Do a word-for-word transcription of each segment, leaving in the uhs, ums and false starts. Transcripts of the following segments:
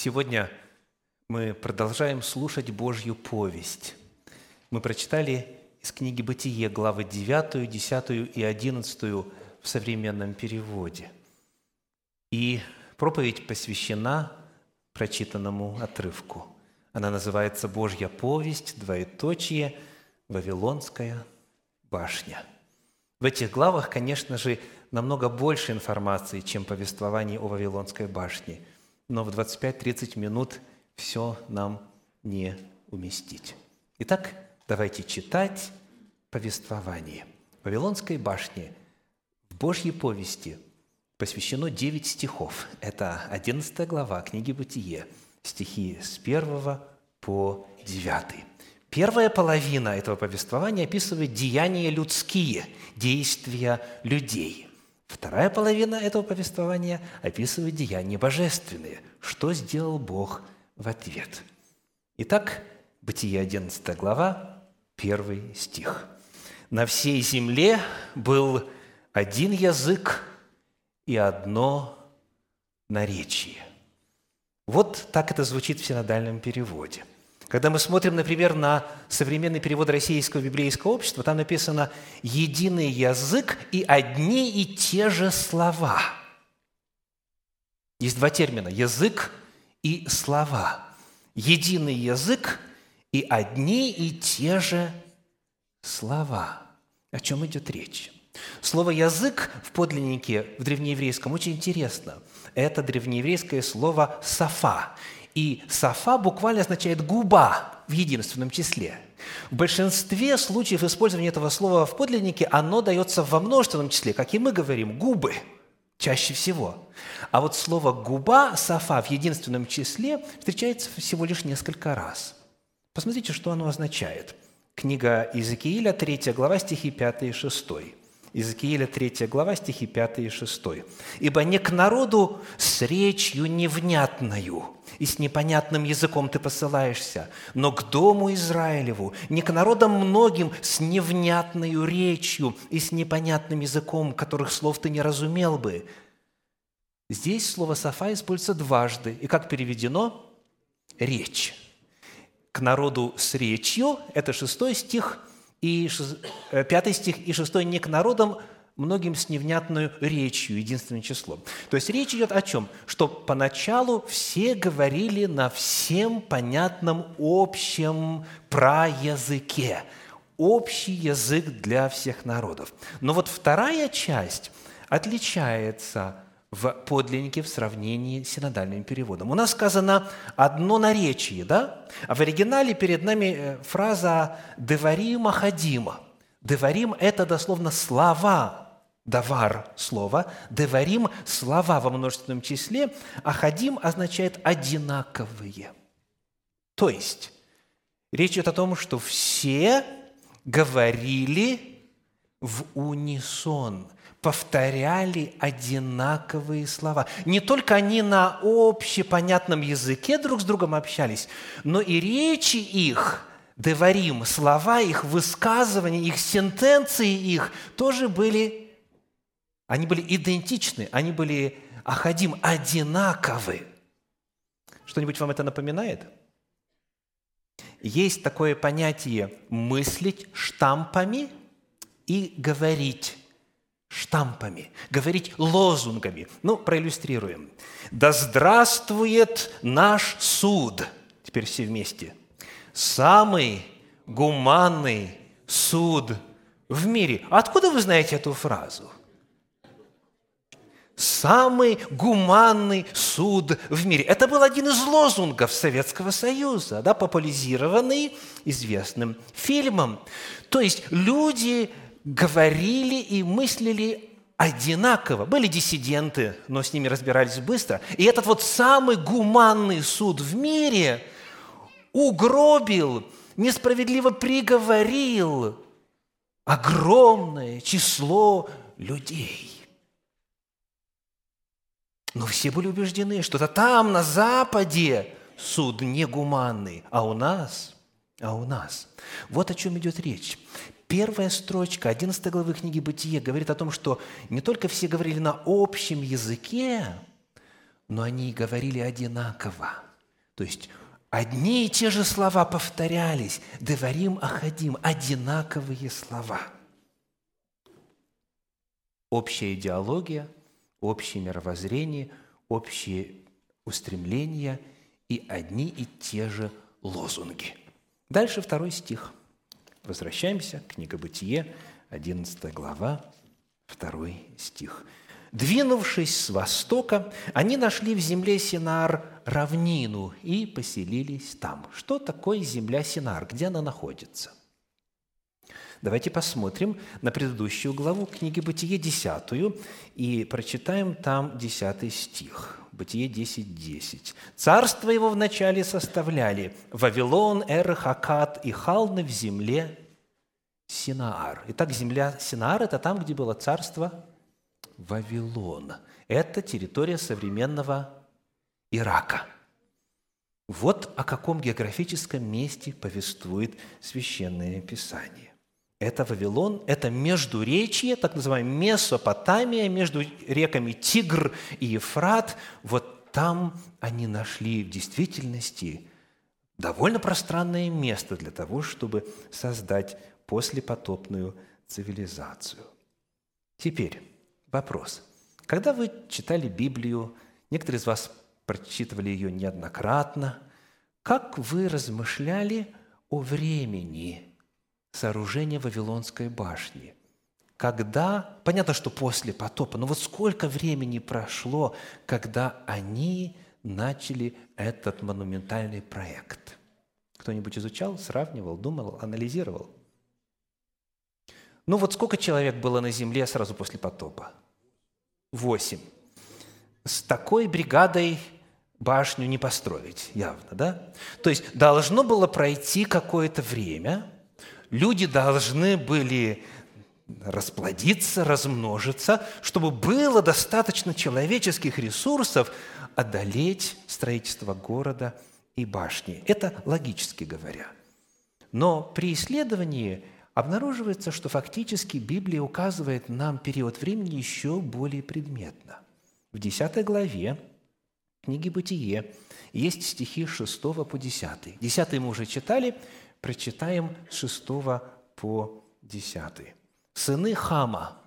Сегодня мы продолжаем слушать Божью повесть. Мы прочитали из книги «Бытие» главы девятую, десятую и одиннадцатую в современном переводе. И проповедь посвящена прочитанному отрывку. Она называется «Божья повесть, двоеточие, Вавилонская башня». В этих главах, конечно же, намного больше информации, чем повествование о Вавилонской башне, но в двадцать пять-тридцать минут все нам не уместить. Итак, давайте читать повествование. Вавилонской башне в Божьей повести посвящено девять стихов. Это одиннадцатая глава книги «Бытие», стихи с первого по девятый. Первая половина этого повествования описывает деяния людские, действия людей. Вторая половина этого повествования описывает деяния божественные, что сделал Бог в ответ. Итак, Бытие, одиннадцатая глава, первый стих. «На всей земле был один язык и одно наречие». Вот так это звучит в синодальном переводе. Когда мы смотрим, например, на современный перевод Российского библейского общества, там написано «единый язык и одни и те же слова». Есть два термина – язык и слова. Единый язык и одни и те же слова. О чем идет речь? Слово «язык» в подлиннике, в древнееврейском, очень интересно. Это древнееврейское слово «сафа». И «сафа» буквально означает «губа» в единственном числе. В большинстве случаев использования этого слова в подлиннике оно дается во множественном числе, как и мы говорим, «губы» чаще всего. А вот слово «губа», «сафа» в единственном числе встречается всего лишь несколько раз. Посмотрите, что оно означает. Книга Иезекииля, третья глава, стихи пятый и шестой. Иезекииля, третья глава, стихи пятый и шестой. «Ибо не к народу с речью невнятною и с непонятным языком ты посылаешься, но к дому Израилеву, не к народам многим с невнятною речью и с непонятным языком, которых слов ты не разумел бы». Здесь слово «сафа» используется дважды. И как переведено? «Речь». К народу с речью – это шестой стих, и пятый стих, и шестой не к народам, многим с невнятной речью, единственным числом. То есть речь идет о чем? Что поначалу все говорили на всем понятном общем праязыке. Общий язык для всех народов. Но вот вторая часть отличается в подлиннике в сравнении с синодальным переводом. У нас сказано «одно наречие», да? А в оригинале перед нами фраза «деварим ахадима». «Деварим» – это дословно слова, «давар» – слово, «деварим» – слова во множественном числе, «ахадим» означает «одинаковые». То есть речь идет о том, что все говорили в унисон, повторяли одинаковые слова. Не только они на общепонятном языке друг с другом общались, но и речи их, деварим, слова их, высказывания их, сентенции их тоже были, они были идентичны, они были ахадим, одинаковы. Что-нибудь вам это напоминает? Есть такое понятие «мыслить штампами» и «говорить штампами», говорить лозунгами. Ну, проиллюстрируем. «Да здравствует наш суд!» Теперь все вместе. «Самый гуманный суд в мире». Откуда вы знаете эту фразу? «Самый гуманный суд в мире». Это был один из лозунгов Советского Союза, да, популяризированный известным фильмом. То есть люди говорили и мыслили одинаково. Были диссиденты, но с ними разбирались быстро. И этот вот самый гуманный суд в мире угробил, несправедливо приговорил огромное число людей. Но все были убеждены, что это там, на Западе, суд негуманный, а у нас, а у нас. Вот о чем идет речь. Первая строчка одиннадцатой главы книги «Бытие» говорит о том, что не только все говорили на общем языке, но они и говорили одинаково. То есть одни и те же слова повторялись. «Деварим ахадим» – одинаковые слова. Общая идеология, общее мировоззрение, общие устремления и одни и те же лозунги. Дальше второй стих. Возвращаемся, книга Бытие, одиннадцатая глава, второй стих. «Двинувшись с востока, они нашли в земле Синаар равнину и поселились там». Что такое земля Синаар? Где она находится? Давайте посмотрим на предыдущую главу книги Бытие, десятую, и прочитаем там десятый стих. Бытие десять, десять. «Царство его вначале составляли Вавилон, Эр, Хакат и Халны в земле Синаар». Итак, земля Синаар – это там, где было царство Вавилон. Это территория современного Ирака. Вот о каком географическом месте повествует Священное Писание. Это Вавилон, это Междуречье, так называемая Месопотамия, между реками Тигр и Ефрат. Вот там они нашли в действительности довольно пространное место для того, чтобы создать послепотопную цивилизацию. Теперь вопрос. Когда вы читали Библию, некоторые из вас прочитывали ее неоднократно, как вы размышляли о времени сооружения Вавилонской башни? Когда, понятно, что после потопа, но вот сколько времени прошло, когда они начали этот монументальный проект? Кто-нибудь изучал, сравнивал, думал, анализировал? Ну вот сколько человек было на земле сразу после потопа? Восемь. С такой бригадой башню не построить, явно, да? То есть должно было пройти какое-то время, люди должны были расплодиться, размножиться, чтобы было достаточно человеческих ресурсов одолеть строительство города и башни. Это логически говоря. Но при исследовании обнаруживается, что фактически Библия указывает нам период времени еще более предметно. В десятой главе книги Бытие есть стихи с шестого по десятый. Десятый мы уже читали, прочитаем с шестого по десятый. «Сыны Хама,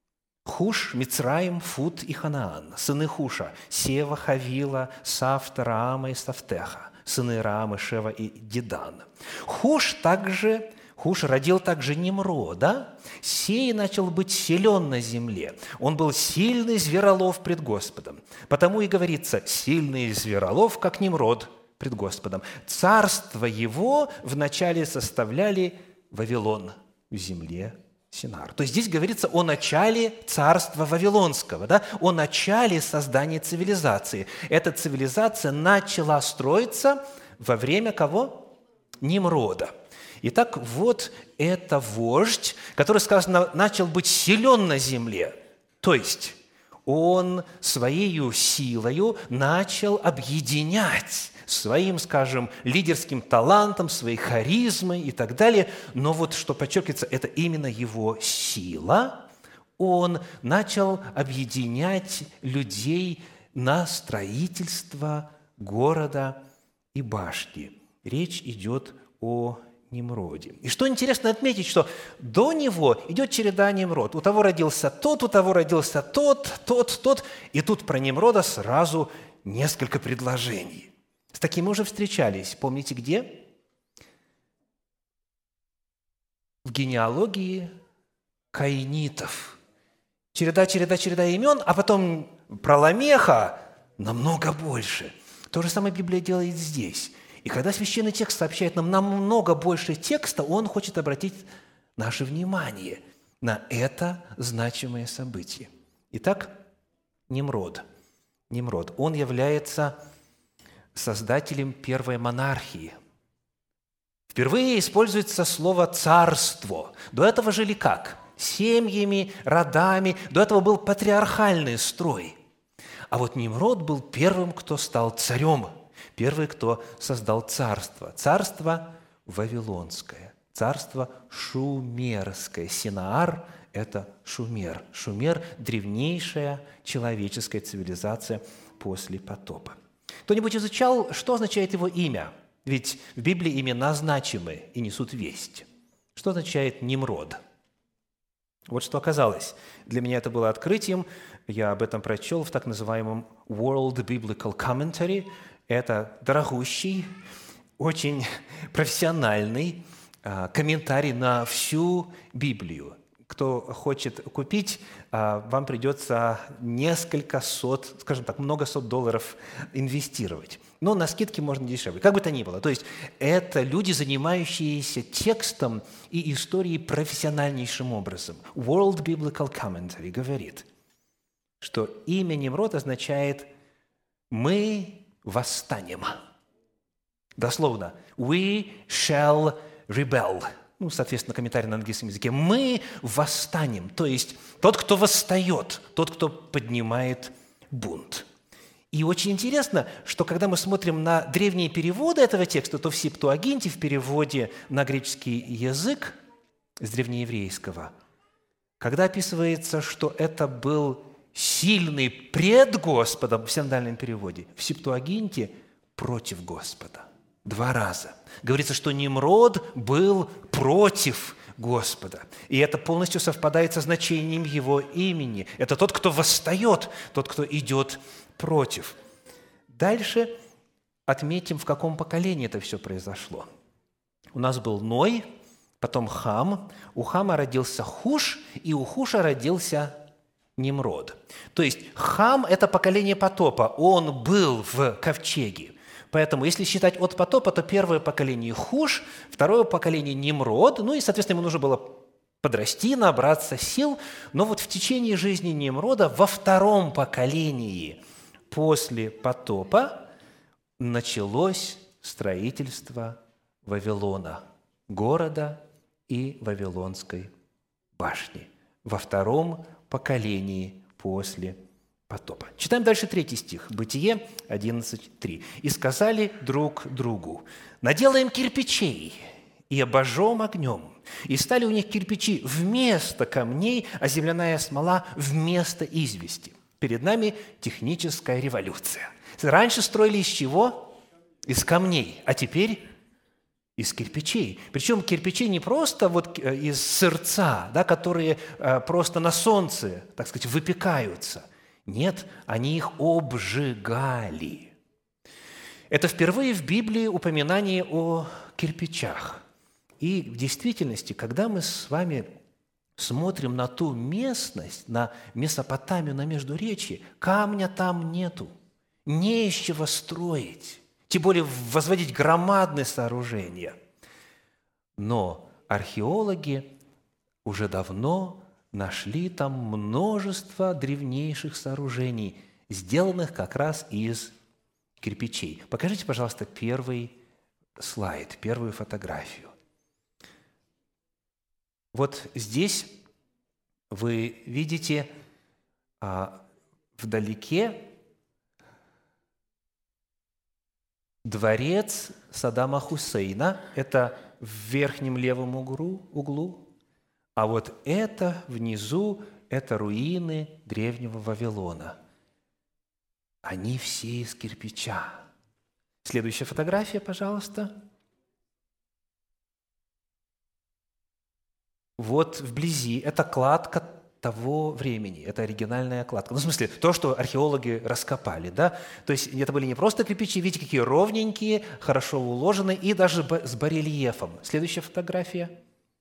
Хуш, Мицраим, Фут и Ханаан, сыны Хуша, Сева, Хавила, Сафта, Раама и Сафтеха, сыны Раама, Шева и Дедан. Хуш также, Хуш родил также Немрода, сей начал быть силен на земле. Он был сильный зверолов пред Господом. Потому и говорится, сильный зверолов, как Немрод пред Господом. Царство его вначале составляли Вавилон в земле Синаар». То есть здесь говорится о начале царства Вавилонского, да? О начале создания цивилизации. Эта цивилизация начала строиться во время кого? Немрода. Итак, вот это вождь, который, сказано, начал быть силен на земле. То есть он своей силою начал объединять своим, скажем, лидерским талантом, своей харизмой и так далее. Но вот что подчеркивается, это именно его сила. Он начал объединять людей на строительство города и башни. Речь идет о Немроде. И что интересно отметить, что до него идет череда Немрод. У того родился тот, у того родился тот, тот, тот. И тут про Немрода сразу несколько предложений. С таким мы уже встречались. Помните, где? В генеалогии каинитов. Череда, череда, череда имен, а потом про Ламеха намного больше. То же самое Библия делает здесь. И когда священный текст сообщает нам намного больше текста, он хочет обратить наше внимание на это значимое событие. Итак, Немрод. Немрод. Он является создателем первой монархии. Впервые используется слово «царство». До этого жили как? Семьями, родами. До этого был патриархальный строй. А вот Немрод был первым, кто стал царем. Первый, кто создал царство. Царство Вавилонское. Царство Шумерское. Синаар – это Шумер. Шумер – древнейшая человеческая цивилизация после потопа. Кто-нибудь изучал, что означает его имя? Ведь в Библии имена значимы и несут весть. Что означает Нимрод? Вот что оказалось. Для меня это было открытием. Я об этом прочел в так называемом World Biblical Commentary. Это дорогущий, очень профессиональный а, комментарий на всю Библию. Кто хочет купить, а, вам придется несколько сот, скажем так, много сот долларов инвестировать. Но на скидке можно дешевле. Как бы то ни было. То есть это люди, занимающиеся текстом и историей профессиональнейшим образом. World Biblical Commentary говорит, что имя Нимрод означает «мы восстанем». Дословно «we shall rebel». Ну, соответственно, комментарий на английском языке. «Мы восстанем», то есть тот, кто восстает, тот, кто поднимает бунт. И очень интересно, что когда мы смотрим на древние переводы этого текста, то в Септуагинте, в переводе на греческий язык с древнееврейского, когда описывается, что это был сильный пред Господом в синодальном переводе, в Септуагинте против Господа. Два раза. Говорится, что Нимрод был против Господа. И это полностью совпадает со значением его имени. Это тот, кто восстает, тот, кто идет против. Дальше отметим, в каком поколении это все произошло. У нас был Ной, потом Хам. У Хама родился Хуш, и у Хуша родился Нимрод. То есть Хам – это поколение потопа. Он был в ковчеге. Поэтому, если считать от потопа, то первое поколение Хуш, второе поколение Нимрод, ну и, соответственно, ему нужно было подрасти, набраться сил. Но вот в течение жизни Нимрода во втором поколении после потопа началось строительство Вавилона, города и Вавилонской башни. Во втором поколении после потопа. Читаем дальше третий стих. Бытие одиннадцать три. «И сказали друг другу: наделаем кирпичей и обожжем огнем. И стали у них кирпичи вместо камней, а земляная смола вместо извести». Перед нами техническая революция. Раньше строили из чего? Из камней, а теперь из кирпичей. Причем кирпичи не просто вот из сырца, да, которые просто на солнце, так сказать, выпекаются. Нет, они их обжигали. Это впервые в Библии упоминание о кирпичах. И в действительности, когда мы с вами смотрим на ту местность, на Месопотамию, на Междуречье, камня там нету, не из чего строить, тем более возводить громадные сооружения. Но археологи уже давно нашли там множество древнейших сооружений, сделанных как раз из кирпичей. Покажите, пожалуйста, первый слайд, первую фотографию. Вот здесь вы видите а, вдалеке дворец Саддама Хусейна. Это в верхнем левом углу, углу. А вот это внизу – это руины древнего Вавилона. Они все из кирпича. Следующая фотография, пожалуйста. Вот вблизи – это кладка того времени, это оригинальная кладка. Ну, в смысле, то, что археологи раскопали, да? То есть это были не просто кирпичи, видите, какие ровненькие, хорошо уложенные и даже с барельефом. Следующая фотография.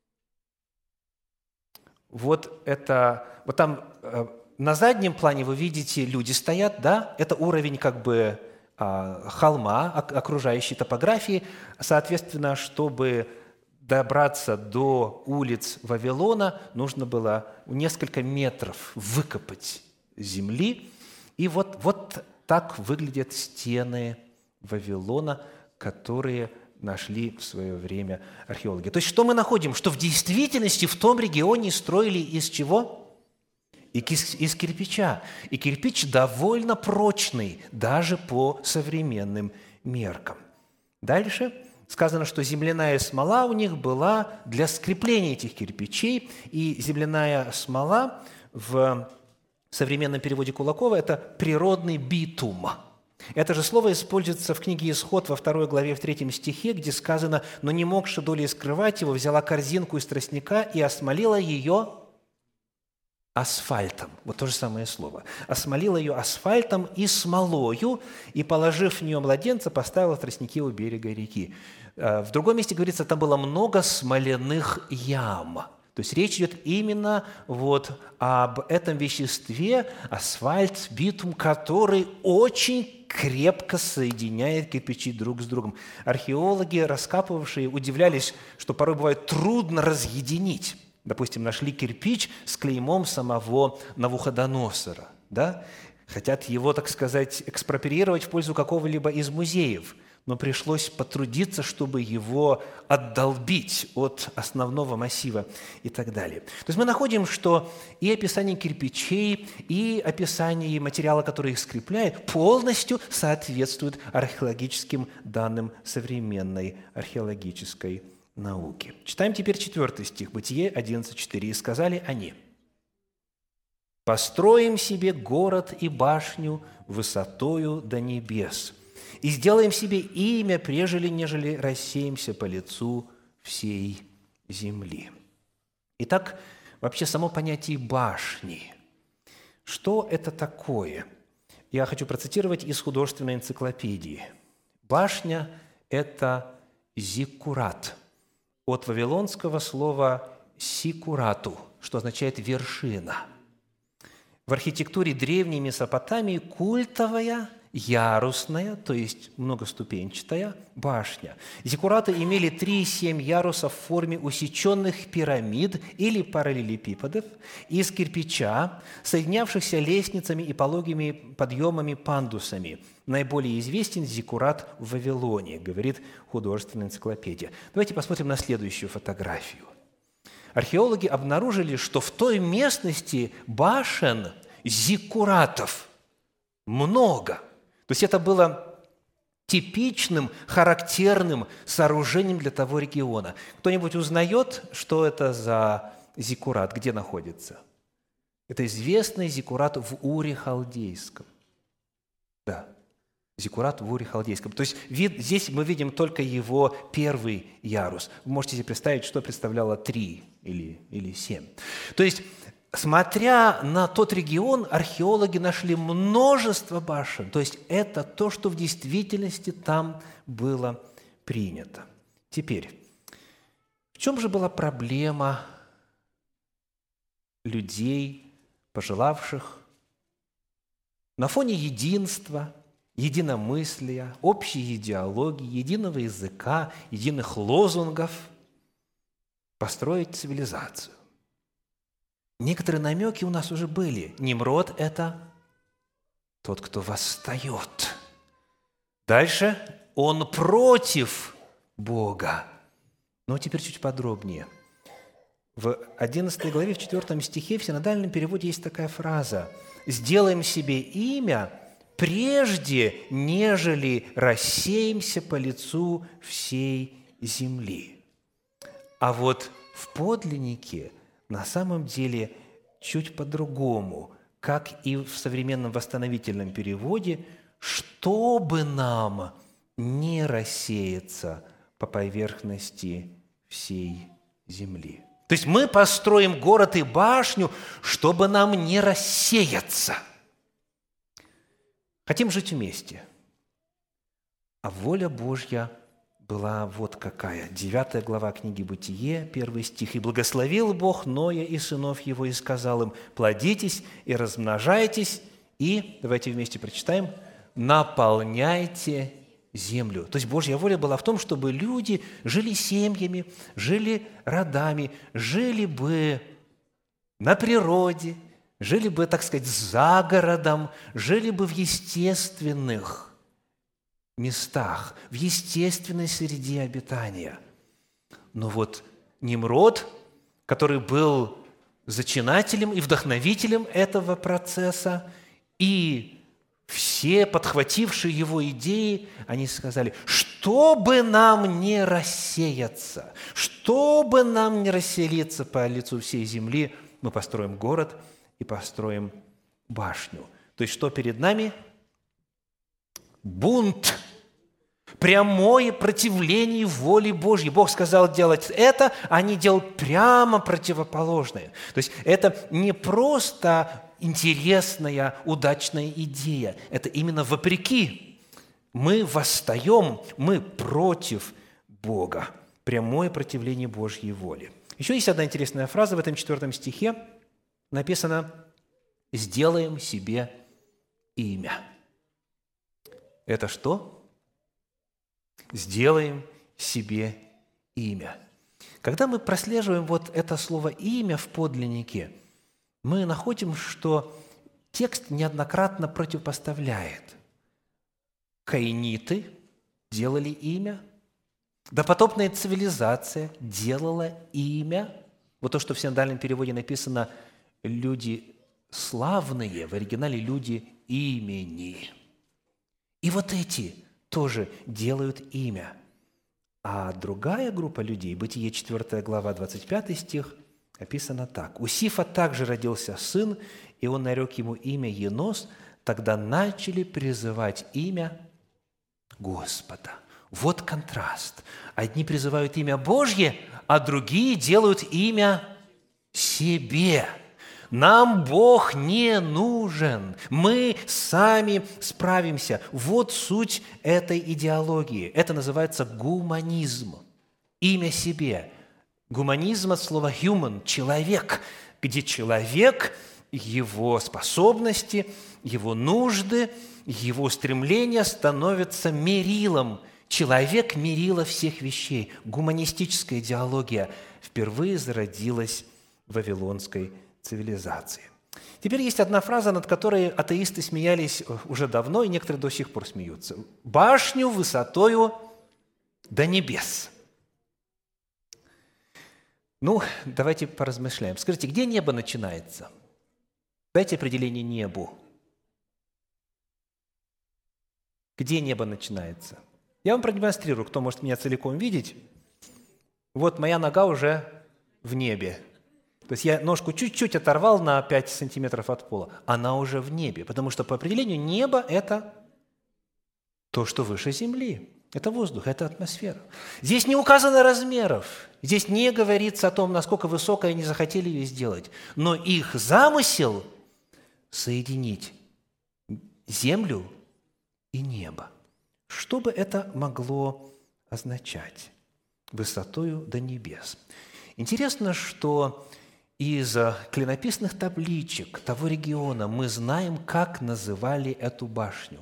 Вот это, вот там э, на заднем плане вы видите, люди стоят, да? Это уровень как бы э, холма, окружающей топографии. Соответственно, чтобы добраться до улиц Вавилона, нужно было несколько метров выкопать земли. И вот, вот так выглядят стены Вавилона, которые нашли в свое время археологи. То есть что мы находим? Что в действительности в том регионе строили из чего? Из, из кирпича. И кирпич довольно прочный, даже по современным меркам. Дальше сказано, что земляная смола у них была для скрепления этих кирпичей, и земляная смола в современном переводе Кулакова – это природный битум. Это же слово используется в книге «Исход» во второй главе, в третьем стихе, где сказано: «Но не могши долей скрывать его, взяла корзинку из тростника и осмолила ее асфальтом». Вот то же самое слово. «Осмолила ее асфальтом и смолою, и, положив в нее младенца, поставила в тростнике у берега реки». В другом месте говорится, там было много смоляных ям. То есть речь идет именно вот об этом веществе, асфальт, битум, который очень крепко соединяет кирпичи друг с другом. Археологи, раскапывавшие, удивлялись, что порой бывает трудно разъединить. Допустим, нашли кирпич с клеймом самого Навуходоносора. Да? Хотят его, так сказать, экспроприировать в пользу какого-либо из музеев. Но пришлось потрудиться, чтобы его отдолбить от основного массива и так далее. То есть мы находим, что и описание кирпичей, и описание материала, который их скрепляет, полностью соответствует археологическим данным современной археологической науки. Читаем теперь четвертый стих, Бытие одиннадцать четыре. «И сказали они: построим себе город и башню высотою до небес, и сделаем себе имя, прежели нежели рассеемся по лицу всей земли». Итак, вообще само понятие башни. Что это такое? Я хочу процитировать из художественной энциклопедии. Башня – это зиккурат, от вавилонского слова «сиккурату», что означает «вершина». В архитектуре древней Месопотамии культовая, ярусная, то есть многоступенчатая башня. Зиккураты имели три-семь ярусов в форме усеченных пирамид или параллелепипедов из кирпича, соединявшихся лестницами и пологими подъемами пандусами. Наиболее известен зиккурат в Вавилоне, говорит художественная энциклопедия. Давайте посмотрим на следующую фотографию. Археологи обнаружили, что в той местности башен зиккуратов много. То есть это было типичным, характерным сооружением для того региона. Кто-нибудь узнает, что это за зиккурат, где находится? Это известный зиккурат в Уре Халдейском. Да, зиккурат в Уре Халдейском. То есть вид, здесь мы видим только его первый ярус. Вы можете себе представить, что представляло три или, или семь. То есть, смотря на тот регион, археологи нашли множество башен. То есть это то, что в действительности там было принято. Теперь, в чем же была проблема людей, пожелавших на фоне единства, единомыслия, общей идеологии, единого языка, единых лозунгов построить цивилизацию? Некоторые намеки у нас уже были. Nimrod – это тот, кто восстает. Дальше он против Бога. Но теперь чуть подробнее. В одиннадцатой главе, в четвёртом стихе в синодальном переводе есть такая фраза: «Сделаем себе имя, прежде нежели рассеемся по лицу всей земли». А вот в подлиннике на самом деле чуть по-другому, как и в современном восстановительном переводе, «чтобы нам не рассеяться по поверхности всей земли». То есть мы построим город и башню, чтобы нам не рассеяться. Хотим жить вместе. А воля Божья была вот какая. Девятая глава книги «Бытие», первый стих. «И благословил Бог Ноя и сынов его, и сказал им: плодитесь и размножайтесь, и, давайте вместе прочитаем, наполняйте землю». То есть Божья воля была в том, чтобы люди жили семьями, жили родами, жили бы на природе, жили бы, так сказать, за городом, жили бы в естественных местах, в естественной среде обитания. Но вот Nimrod, который был зачинателем и вдохновителем этого процесса, и все, подхватившие его идеи, они сказали: чтобы нам не рассеяться, чтобы нам не расселиться по лицу всей земли, мы построим город и построим башню. То есть что перед нами? бунт, прямое противление воле Божьей. Бог сказал делать это, а они делают прямо противоположное. То есть это не просто интересная, удачная идея. Это именно вопреки. Мы восстаем, мы против Бога. Прямое противление Божьей воле. Еще есть одна интересная фраза в этом четвертом стихе. Написано «сделаем себе имя». Это что? Сделаем себе имя. Когда мы прослеживаем вот это слово «имя» в подлиннике, мы находим, что текст неоднократно противопоставляет. Каиниты делали имя, допотопная цивилизация делала имя. Вот то, что в синодальном переводе написано «люди славные», в оригинале «люди имени». И вот эти тоже делают имя. А другая группа людей, Бытие четвёртая глава, двадцать пятый стих, описано так. «У Сифа также родился сын, и он нарек ему имя Енос, тогда начали призывать имя Господа». Вот контраст. Одни призывают имя Божье, а другие делают имя себе. Нам Бог не нужен. Мы сами справимся. Вот суть этой идеологии. Это называется гуманизм. Имя себе. Гуманизм от слова human – человек, где человек, его способности, его нужды, его стремления становятся мерилом. Человек – мерило всех вещей. Гуманистическая идеология впервые зародилась в вавилонской цивилизации. Теперь есть одна фраза, над которой атеисты смеялись уже давно, и некоторые до сих пор смеются. «Башню высотою до небес». Ну, давайте поразмышляем. Скажите, где небо начинается? Дайте определение небу. Где небо начинается? Я вам продемонстрирую, кто может меня целиком видеть. Вот моя нога уже в небе. То есть я ножку чуть-чуть оторвал на пять сантиметров от пола. Она уже в небе, потому что по определению небо – это то, что выше земли. Это воздух, это атмосфера. Здесь не указано размеров. Здесь не говорится о том, насколько высоко они захотели ее сделать. Но их замысел – соединить землю и небо. Что бы это могло означать? Высотою до небес. Интересно, что из клинописных табличек того региона мы знаем, как называли эту башню.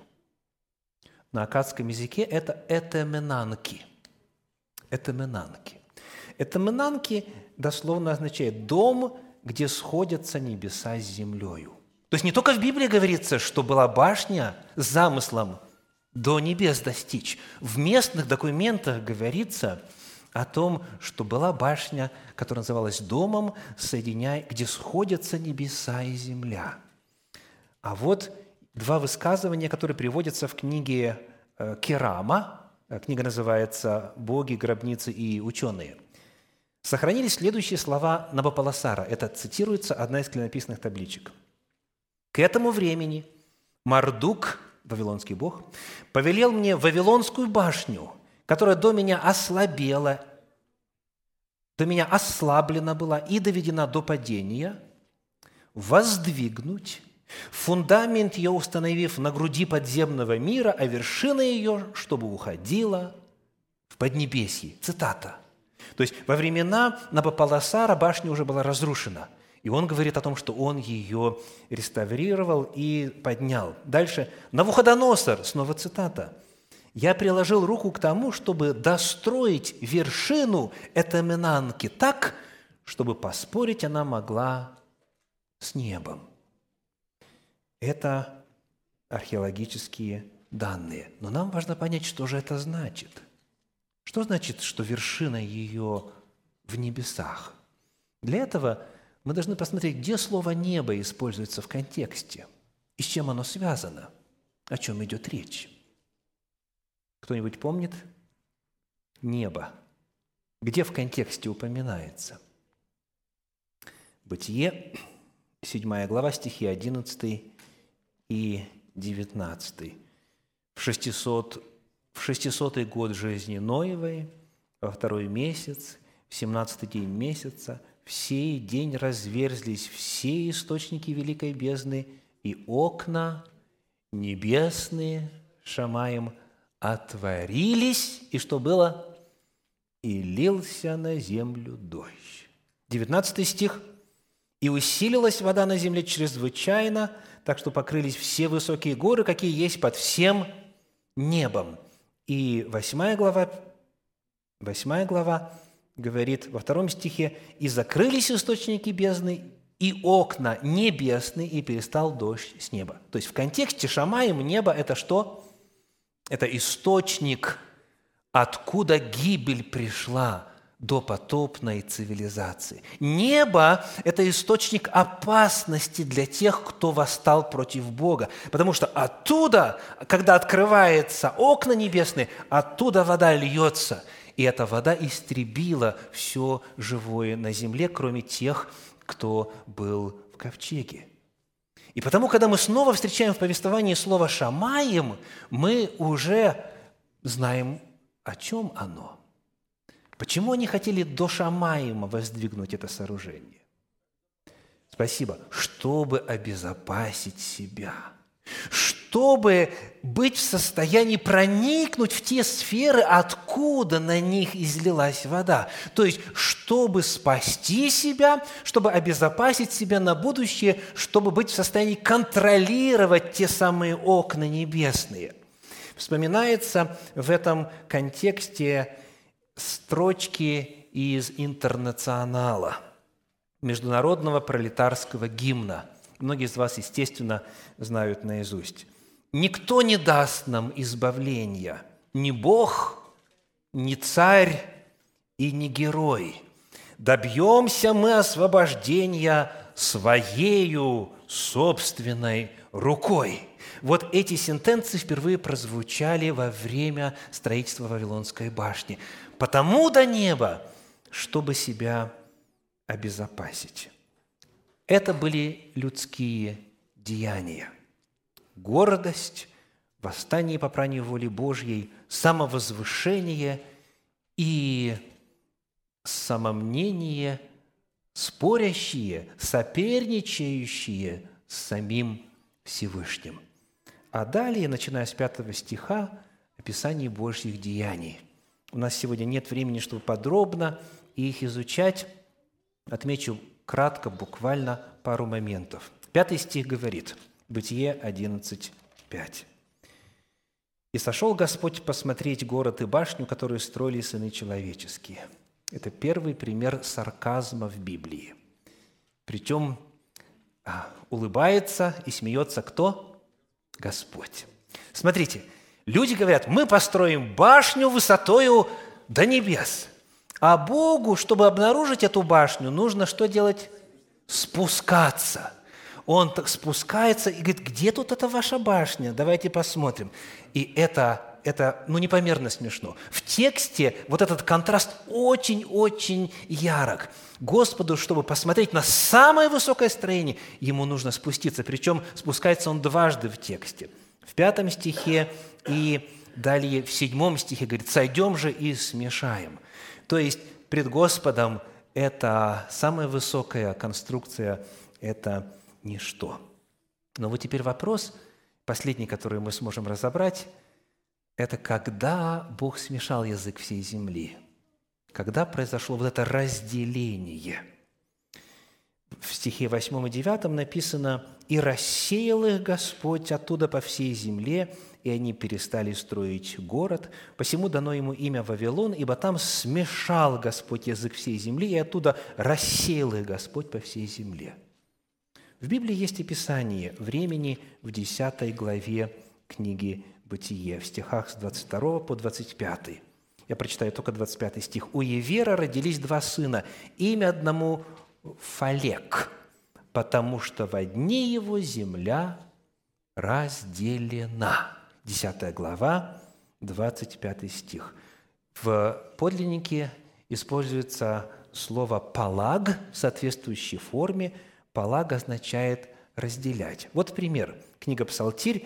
На аккадском языке это этеменанки. Этеменанки. Этеменанки дословно означает «дом, где сходятся небеса с землею». То есть не только в Библии говорится, что была башня с замыслом до небес достичь. В местных документах говорится о том, что была башня, которая называлась домом, соединяя, где сходятся небеса и земля. А вот два высказывания, которые приводятся в книге Керама, книга называется «Боги, гробницы и ученые». Сохранились следующие слова Набополосара. Это цитируется одна из клинописных табличек. «К этому времени Мардук, вавилонский бог, повелел мне Вавилонскую башню, которая до меня ослабела, до меня ослаблена была и доведена до падения, воздвигнуть, фундамент ее установив на груди подземного мира, а вершина ее, чтобы уходила в поднебесье». Цитата. То есть во времена Набополосара башня уже была разрушена. И он говорит о том, что он ее реставрировал и поднял. Дальше. Навуходоносор, снова цитата. «Я приложил руку к тому, чтобы достроить вершину Этеменанки так, чтобы поспорить она могла с небом». Это археологические данные. Но нам важно понять, что же это значит. Что значит, что вершина ее в небесах? Для этого мы должны посмотреть, где слово «небо» используется в контексте и с чем оно связано, о чем идет речь. Кто-нибудь помнит? Небо. Где в контексте упоминается? Бытие, седьмая глава, стихи одиннадцатый и девятнадцатый. в шестисот, в шестисотый год жизни Ноевой, во второй месяц, в семнадцатый день месяца, в сей день разверзлись все источники великой бездны, и окна небесные Шамаем отворились, и что было? И лился на землю дождь. девятнадцатый стих. «И усилилась вода на земле чрезвычайно, так что покрылись все высокие горы, какие есть под всем небом». И восьмая глава, восьмая глава говорит во втором стихе: «И закрылись источники бездны, и окна небесные, и перестал дождь с неба». То есть в контексте Шамаем небо – это что? Это источник, откуда гибель пришла до потопной цивилизации. Небо – это источник опасности для тех, кто восстал против Бога. Потому что оттуда, когда открываются окна небесные, оттуда вода льется. И эта вода истребила все живое на земле, кроме тех, кто был в ковчеге. И потому, когда мы снова встречаем в повествовании слово «Шамаем», мы уже знаем, о чем оно. Почему они хотели до Шамаима воздвигнуть это сооружение? Спасибо. Чтобы обезопасить себя, чтобы быть в состоянии проникнуть в те сферы, откуда на них излилась вода. То есть, чтобы спасти себя, чтобы обезопасить себя на будущее, чтобы быть в состоянии контролировать те самые окна небесные. Вспоминается в этом контексте строчки из «Интернационала», международного пролетарского гимна. Многие из вас, естественно, знают наизусть. «Никто не даст нам избавления, ни Бог, ни царь и ни герой. Добьемся мы освобождения своею собственной рукой». Вот эти сентенции впервые прозвучали во время строительства Вавилонской башни. «Потому до неба, чтобы себя обезопасить». Это были людские деяния. Гордость, восстание по пранию воли Божьей, самовозвышение и самомнение, спорящие, соперничающие с самим Всевышним. А далее, начиная с пятого стиха, описание Божьих деяний. У нас сегодня нет времени, чтобы подробно их изучать. Отмечу кратко, буквально пару моментов. Пятый стих говорит, Бытие одиннадцать, пять. «И сошел Господь посмотреть город и башню, которую строили сыны человеческие». Это первый пример сарказма в Библии. Причем улыбается и смеется кто? Господь. Смотрите, люди говорят, мы построим башню высотою до небес. А Богу, чтобы обнаружить эту башню, нужно что делать? Спускаться. Он так спускается и говорит, где тут эта ваша башня? Давайте посмотрим. И это, это ну, непомерно смешно. В тексте вот этот контраст очень-очень ярок. Господу, чтобы посмотреть на самое высокое строение, ему нужно спуститься. Причем спускается он дважды в тексте. В пятом стихе и далее в седьмом стихе говорит, «Сойдем же и смешаем». То есть пред Господом это самая высокая конструкция, это ничто. Но вот теперь вопрос, последний, который мы сможем разобрать, это когда Бог смешал язык всей земли, когда произошло вот это разделение. В стихе восьмом и девятом написано, «И рассеял их Господь оттуда по всей земле, и они перестали строить город. Посему дано ему имя Вавилон, ибо там смешал Господь язык всей земли, и оттуда рассеял их Господь по всей земле». В Библии есть описание времени в десятой главе книги «Бытие», в стихах с двадцать второго по двадцать пятый. Я прочитаю только двадцать пятый стих. «У Евера родились два сына, имя одному Фалек, потому что во дни его земля разделена». десятая глава, двадцать пятый стих. В подлиннике используется слово «палаг» в соответствующей форме. «Палаг» означает «разделять». Вот пример. Книга «Псалтирь»,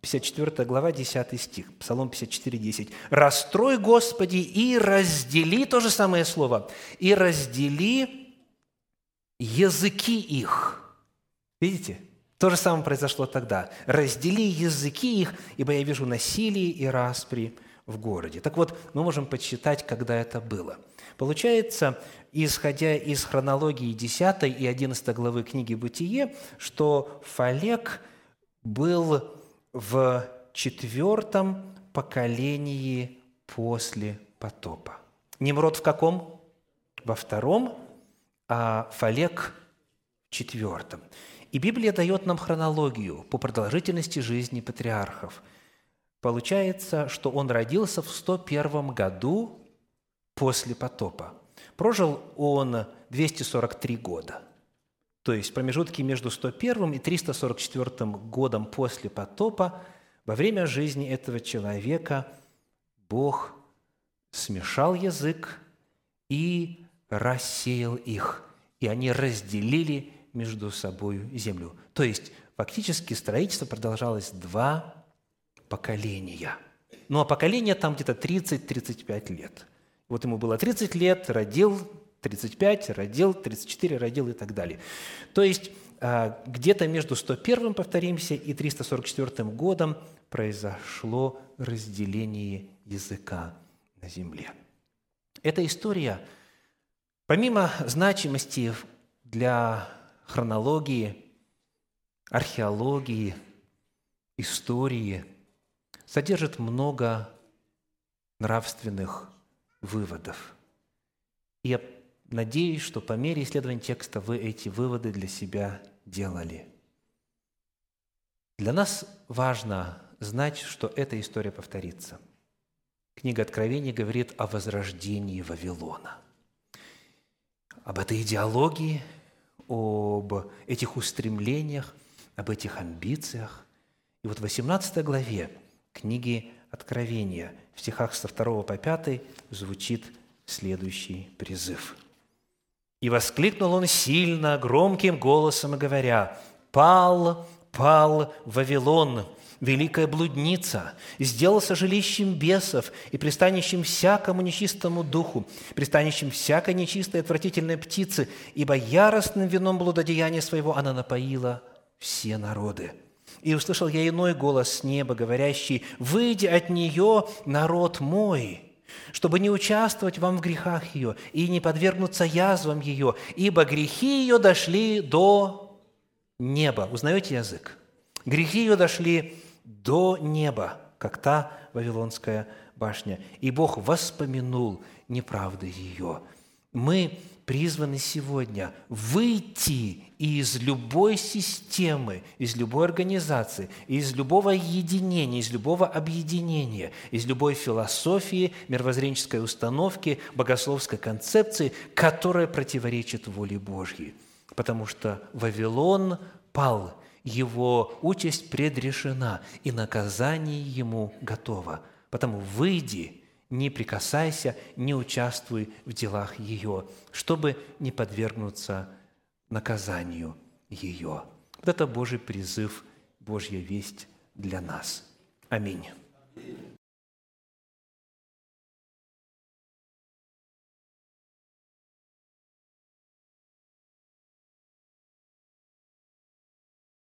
пятьдесят четвёртая глава, десятый стих, Псалом пятьдесят четыре, десять. «Расстрой, Господи, и раздели», то же самое слово, «и раздели языки их». Видите? То же самое произошло тогда. «Раздели языки их, ибо я вижу насилие и распри в городе». Так вот, мы можем подсчитать, когда это было. Получается, исходя из хронологии десятой и одиннадцатой главы книги «Бытие», что Фалек был в четвертом поколении после потопа. Nimрод в каком? Во втором, а Фалек в четвертом. И Библия дает нам хронологию по продолжительности жизни патриархов. Получается, что он родился в сто первом году после потопа. Прожил он двести сорок три года. То есть в промежутке между сто первым и триста сорок четвёртым годом после потопа во время жизни этого человека Бог смешал язык и рассеял их, и они разделили между собой землю. То есть фактически строительство продолжалось два поколения. Ну а поколение там где-то тридцать-тридцать пять лет. Вот ему было тридцать лет, родил, тридцать пять, родил, тридцать четыре, родил и так далее. То есть где-то между сто первым, повторимся, и триста сорок четвёртым годом произошло разделение языка на земле. Эта история, помимо значимости для хронологии, археологии, истории, содержит много нравственных выводов. И я надеюсь, что по мере исследования текста вы эти выводы для себя делали. Для нас важно знать, что эта история повторится. Книга Откровения говорит о возрождении Вавилона, об этой идеологии, об этих устремлениях, об этих амбициях. И вот в восемнадцатой главе книги Откровения в стихах со второго по пятый звучит следующий призыв. «И воскликнул он сильно, громким голосом, говоря: „Пал, пал Вавилон, великая блудница, сделался жилищем бесов и пристанищем всякому нечистому духу, пристанищем всякой нечистой и отвратительной птицы, ибо яростным вином блудодеяния своего она напоила все народы. И услышал я иной голос с неба, говорящий: „Выйди от нее, народ мой, чтобы не участвовать вам в грехах ее и не подвергнуться язвам ее, ибо грехи ее дошли до неба“». Узнаете язык? Грехи ее дошли до неба, как та Вавилонская башня, и Бог воспомянул неправды ее. Мы призваны сегодня выйти из любой системы, из любой организации, из любого единения, из любого объединения, из любой философии, мировоззренческой установки, богословской концепции, которая противоречит воле Божьей. Потому что Вавилон пал, его участь предрешена, и наказание ему готово. Потому выйди, не прикасайся, не участвуй в делах ее, чтобы не подвергнуться наказанию ее. Вот это Божий призыв, Божья весть для нас. Аминь.